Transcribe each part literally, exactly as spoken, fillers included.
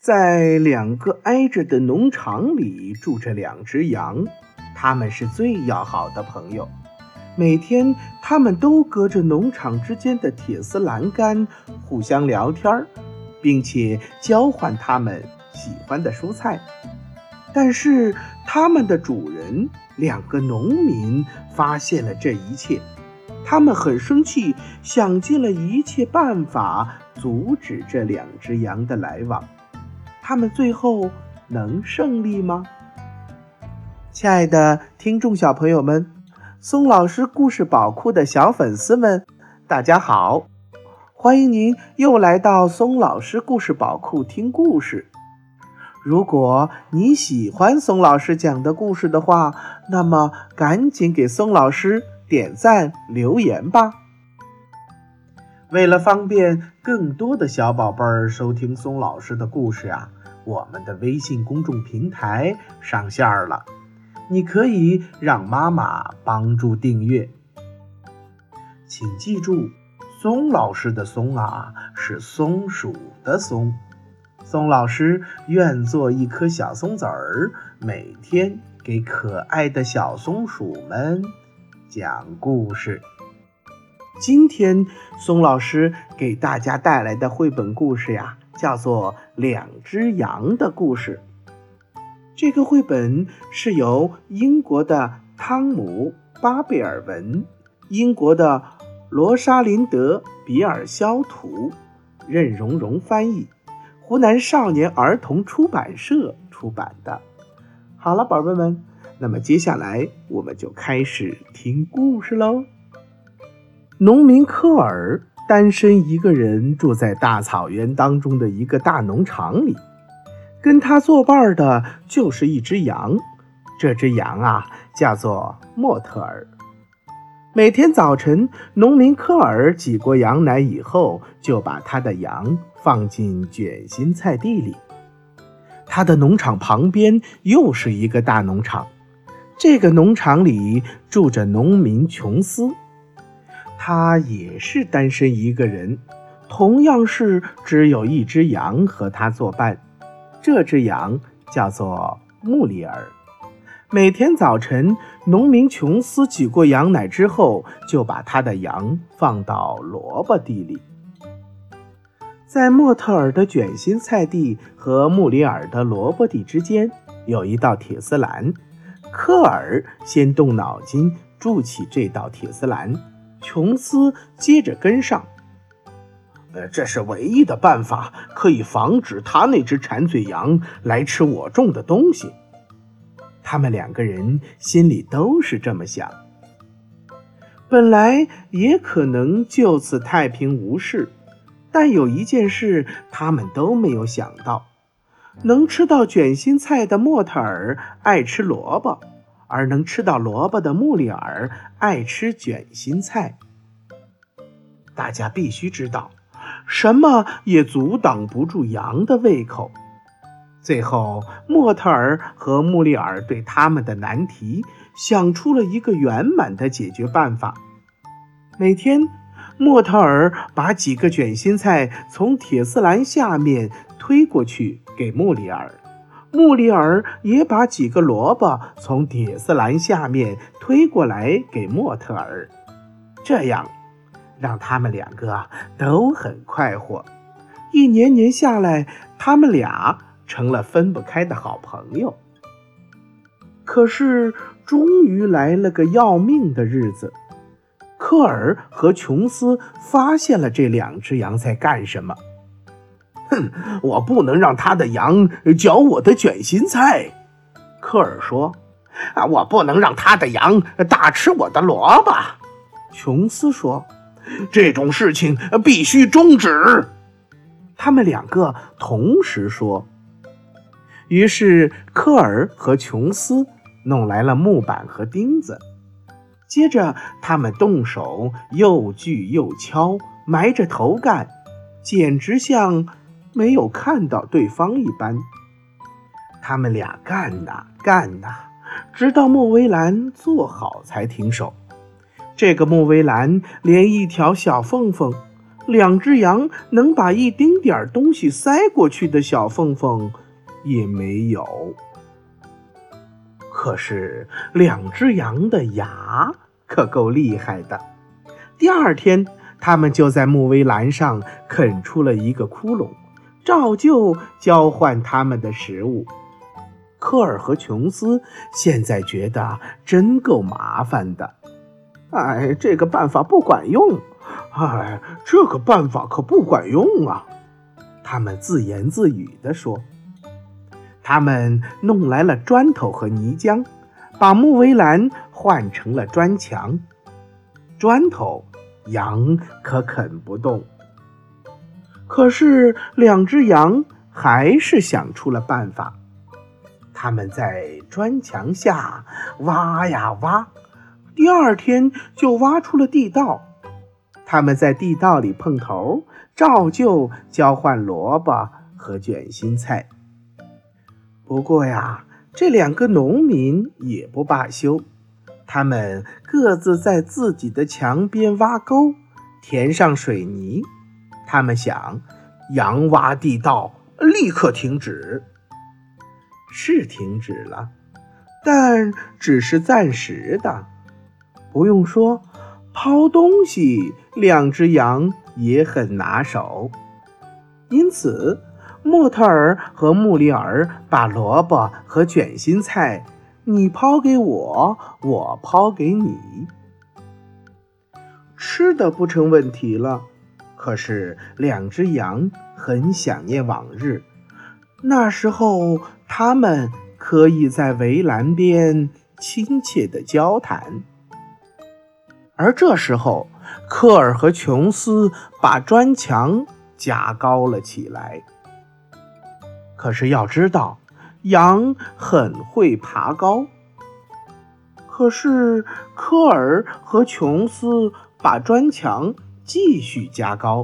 在两个挨着的农场里住着两只羊，它们是最要好的朋友。每天它们都隔着农场之间的铁丝栏杆互相聊天，并且交换它们喜欢的蔬菜。但是它们的主人两个农民发现了这一切，他们很生气，想尽了一切办法阻止这两只羊的来往。他们最后能胜利吗？亲爱的听众小朋友们，松老师故事宝库的小粉丝们，大家好，欢迎您又来到松老师故事宝库听故事。如果你喜欢松老师讲的故事的话，那么赶紧给松老师点赞留言吧。为了方便更多的小宝贝儿收听松老师的故事啊，我们的微信公众平台上线了，你可以让妈妈帮助订阅。请记住，松老师的松啊，是松鼠的松。松老师愿做一颗小松子儿，每天给可爱的小松鼠们讲故事。今天松老师给大家带来的绘本故事呀，叫做《两只羊的故事》。这个绘本是由英国的汤姆·巴贝尔文，英国的罗莎琳德·比尔肖图，任荣荣翻译，湖南少年儿童出版社出版的。好了，宝贝们，那么接下来我们就开始听故事喽。农民科尔单身一个人住在大草原当中的一个大农场里，跟他作伴的就是一只羊，这只羊啊叫做莫特尔。每天早晨，农民科尔挤过羊奶以后，就把他的羊放进卷心菜地里。他的农场旁边又是一个大农场，这个农场里住着农民琼斯，他也是单身一个人，同样是只有一只羊和他作伴，这只羊叫做穆里尔。每天早晨，农民琼斯挤过羊奶之后，就把他的羊放到萝卜地里。在莫特尔的卷心菜地和穆里尔的萝卜地之间有一道铁丝栏，科尔先动脑筋筑起这道铁丝栏，琼斯接着跟上。呃，这是唯一的办法，可以防止他那只馋嘴羊来吃我种的东西。他们两个人心里都是这么想。本来也可能就此太平无事，但有一件事他们都没有想到，能吃到卷心菜的莫特尔爱吃萝卜，而能吃到萝卜的穆里尔爱吃卷心菜。大家必须知道，什么也阻挡不住羊的胃口。最后，莫特尔和穆里尔对他们的难题想出了一个圆满的解决办法。每天，莫特尔把几个卷心菜从铁丝栏下面推过去给穆里尔，穆里尔也把几个萝卜从铁丝栏下面推过来给莫特尔。这样让他们两个都很快活。一年年下来，他们俩成了分不开的好朋友。可是终于来了个要命的日子，科尔和琼斯发现了这两只羊在干什么。哼，我不能让他的羊嚼我的卷心菜，科尔说。啊，我不能让他的羊大吃我的萝卜，琼斯说。这种事情必须终止，他们两个同时说。于是科尔和琼斯弄来了木板和钉子，接着他们动手又锯又敲，埋着头干，简直像没有看到对方一般。他们俩干呐干呐，直到莫维兰做好才停手。这个木围栏连一条小缝缝两只羊能把一丁点儿东西塞过去的小缝缝也没有。可是两只羊的牙可够厉害的，第二天他们就在木围栏上啃出了一个窟窿，照旧交换他们的食物。科尔和琼斯现在觉得真够麻烦的。哎，这个办法不管用，哎，这个办法可不管用啊，他们自言自语地说。他们弄来了砖头和泥浆，把木围栏换成了砖墙。砖头羊可啃不动，可是两只羊还是想出了办法。他们在砖墙下挖呀挖，第二天就挖出了地道。他们在地道里碰头，照旧交换萝卜和卷心菜。不过呀，这两个农民也不罢休，他们各自在自己的墙边挖沟，填上水泥。他们想，羊挖地道立刻停止。是停止了，但只是暂时的。不用说，抛东西两只羊也很拿手。因此莫特尔和穆里尔把萝卜和卷心菜你抛给我，我抛给你。吃的不成问题了，可是两只羊很想念往日，那时候他们可以在围栏边亲切地交谈。而这时候，科尔和琼斯把砖墙加高了起来。可是要知道，羊很会爬高。可是科尔和琼斯把砖墙继续加高。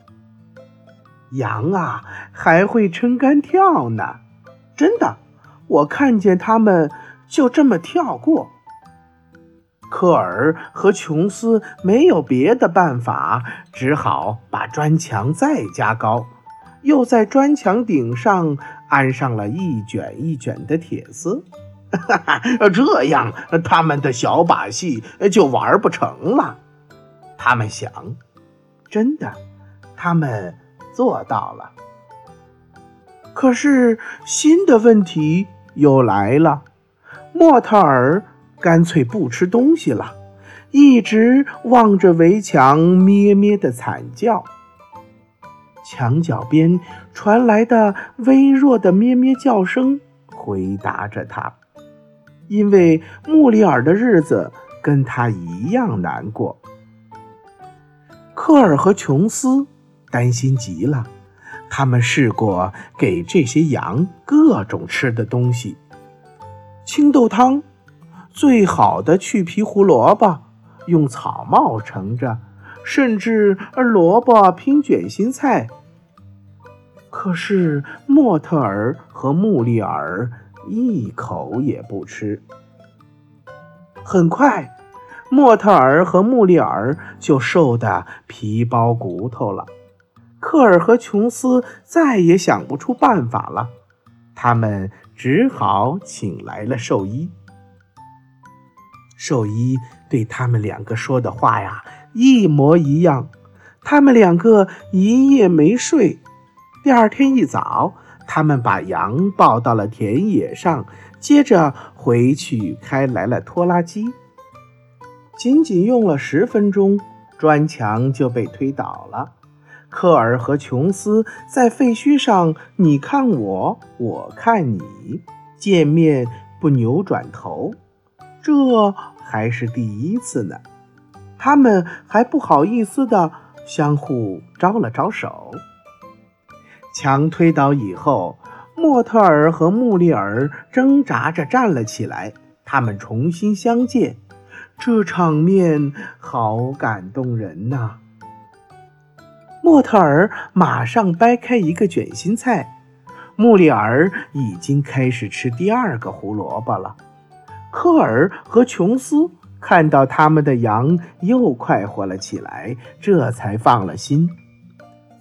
羊啊，还会撑杆跳呢，真的，我看见他们就这么跳过。科尔和琼斯没有别的办法，只好把砖墙再加高，又在砖墙顶上安上了一卷一卷的铁丝。这样他们的小把戏就玩不成了。他们想，真的，他们做到了。可是新的问题又来了，莫特尔干脆不吃东西了，一直望着围墙咩咩的惨叫。墙角边传来的微弱的咩咩叫声回答着他，因为穆里尔的日子跟他一样难过。科尔和琼斯担心极了，他们试过给这些羊各种吃的东西，青豆汤，最好的去皮胡萝卜，用草帽盛着，甚至萝卜拼卷心菜。可是莫特尔和穆里尔一口也不吃。很快，莫特尔和穆里尔就瘦得皮包骨头了。科尔和琼斯再也想不出办法了，他们只好请来了兽医。兽医对他们两个说的话呀，一模一样。他们两个一夜没睡。第二天一早，他们把羊抱到了田野上，接着回去开来了拖拉机。仅仅用了十分钟，砖墙就被推倒了。科尔和琼斯在废墟上你看我，我看你，见面不扭转头，这还是第一次呢。他们还不好意思地相互招了招手。墙推倒以后，莫特尔和穆里尔挣扎着站了起来，他们重新相见，这场面好感动人呐。莫特尔马上掰开一个卷心菜，穆里尔已经开始吃第二个胡萝卜了。科尔和琼斯看到他们的羊又快活了起来，这才放了心。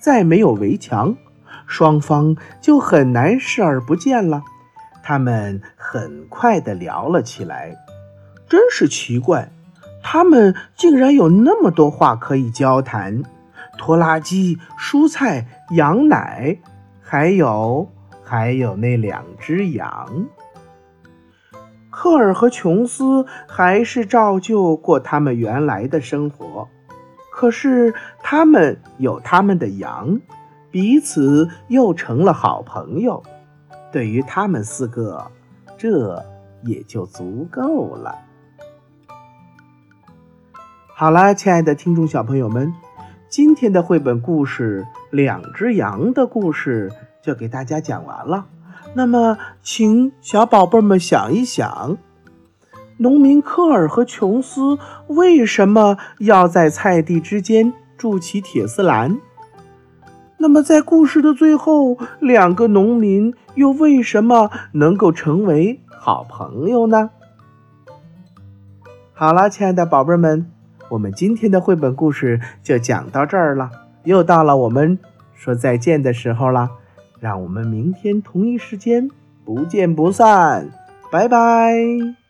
再没有围墙，双方就很难视而不见了。他们很快地聊了起来，真是奇怪，他们竟然有那么多话可以交谈。拖拉机、蔬菜、羊奶，还有还有那两只羊。科尔和琼斯还是照旧过他们原来的生活，可是他们有他们的羊，彼此又成了好朋友。对于他们四个，这也就足够了。好了，亲爱的听众小朋友们，今天的绘本故事《两只羊》的故事就给大家讲完了。那么请小宝贝们想一想，农民科尔和琼斯为什么要在菜地之间筑起铁丝栏？那么在故事的最后，两个农民又为什么能够成为好朋友呢？好了，亲爱的宝贝们，我们今天的绘本故事就讲到这儿了，又到了我们说再见的时候了。让我们明天同一时间不见不散，拜拜。